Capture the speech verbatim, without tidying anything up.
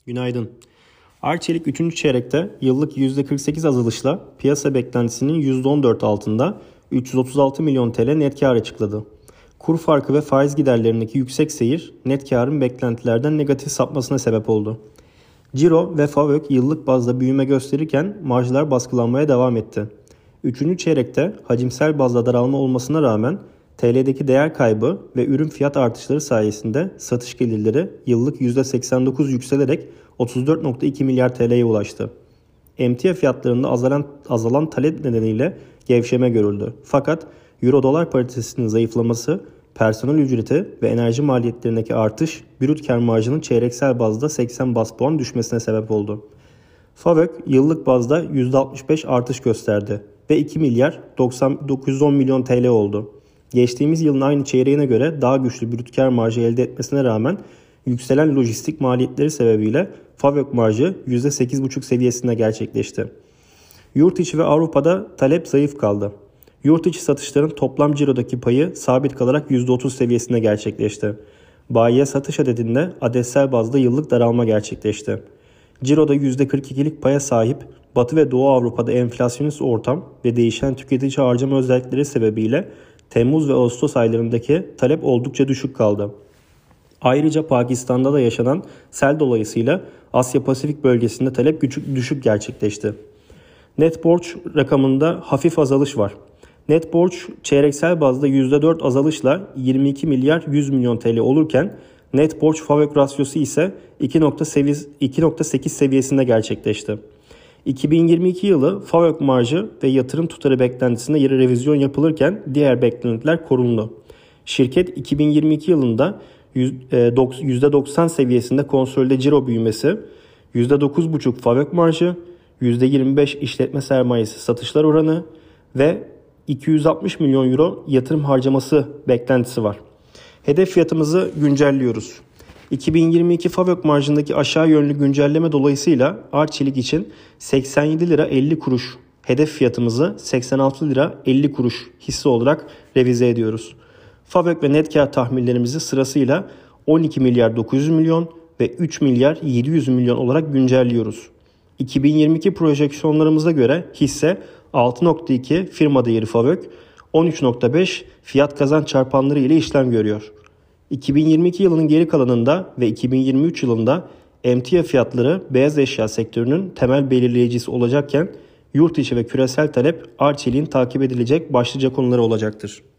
Günaydın. Arçelik üçüncü çeyrekte yıllık yüzde kırk sekiz azalışla piyasa beklentisinin yüzde on dört altında üç yüz otuz altı milyon T L net kar açıkladı. Kur farkı ve faiz giderlerindeki yüksek seyir net karın beklentilerden negatif sapmasına sebep oldu. Ciro ve FAVÖK yıllık bazda büyüme gösterirken marjlar baskılanmaya devam etti. Üçüncü çeyrekte hacimsel bazda daralma olmasına rağmen T L'deki değer kaybı ve ürün fiyat artışları sayesinde satış gelirleri yıllık yüzde seksen dokuz yükselerek otuz dört virgül iki milyar T L'ye ulaştı. Emtia fiyatlarında azalan, azalan talep nedeniyle gevşeme görüldü. Fakat Euro-Dolar paritesinin zayıflaması, personel ücreti ve enerji maliyetlerindeki artış brüt kar marjının çeyreksel bazda seksen baz puan düşmesine sebep oldu. FAVÖK yıllık bazda yüzde altmış beş artış gösterdi ve iki milyar dokuz yüz on milyon T L oldu. Geçtiğimiz yılın aynı çeyreğine göre daha güçlü brüt kar marjı elde etmesine rağmen yükselen lojistik maliyetleri sebebiyle FAVÖK marjı yüzde sekiz virgül beş seviyesinde gerçekleşti. Yurt içi ve Avrupa'da talep zayıf kaldı. Yurt içi satışların toplam cirodaki payı sabit kalarak yüzde otuz seviyesinde gerçekleşti. Bayiye satış adedinde adetsel bazda yıllık daralma gerçekleşti. Ciroda yüzde kırk ikilik paya sahip Batı ve Doğu Avrupa'da enflasyonist ortam ve değişen tüketici harcama özellikleri sebebiyle Temmuz ve Ağustos aylarındaki talep oldukça düşük kaldı. Ayrıca Pakistan'da da yaşanan sel dolayısıyla Asya Pasifik bölgesinde talep küçük, düşük gerçekleşti. Net borç rakamında hafif azalış var. Net borç çeyreksel bazda yüzde dört azalışla yirmi iki milyar yüz milyon T L olurken net borç FAVÖK rasyosu ise iki virgül sekiz seviyesinde gerçekleşti. iki bin yirmi iki yılı FAVÖK marjı ve yatırım tutarı beklentisinde yarı revizyon yapılırken diğer beklentiler korundu. Şirket iki bin yirmi iki yılında yüzde doksan seviyesinde konsolide ciro büyümesi, yüzde dokuz virgül beş FAVÖK marjı, yüzde yirmi beş işletme sermayesi satışlar oranı ve iki yüz altmış milyon euro yatırım harcaması beklentisi var. Hedef fiyatımızı güncelliyoruz. iki bin yirmi iki FAVÖK marjındaki aşağı yönlü güncelleme dolayısıyla Arçelik için seksen yedi lira elli kuruş hedef fiyatımızı seksen altı lira elli kuruş hisse olarak revize ediyoruz. FAVÖK ve net kar tahminlerimizi sırasıyla on iki milyar dokuz yüz milyon ve üç milyar yedi yüz milyon olarak güncelliyoruz. iki bin yirmi iki projeksiyonlarımıza göre hisse altı virgül iki firma değeri FAVÖK, on üç virgül beş fiyat kazanç çarpanları ile işlem görüyor. iki bin yirmi iki yılının geri kalanında ve iki bin yirmi üç yılında emtia fiyatları beyaz eşya sektörünün temel belirleyicisi olacakken yurt içi ve küresel talep Arçelik'in takip edilecek başlıca konuları olacaktır.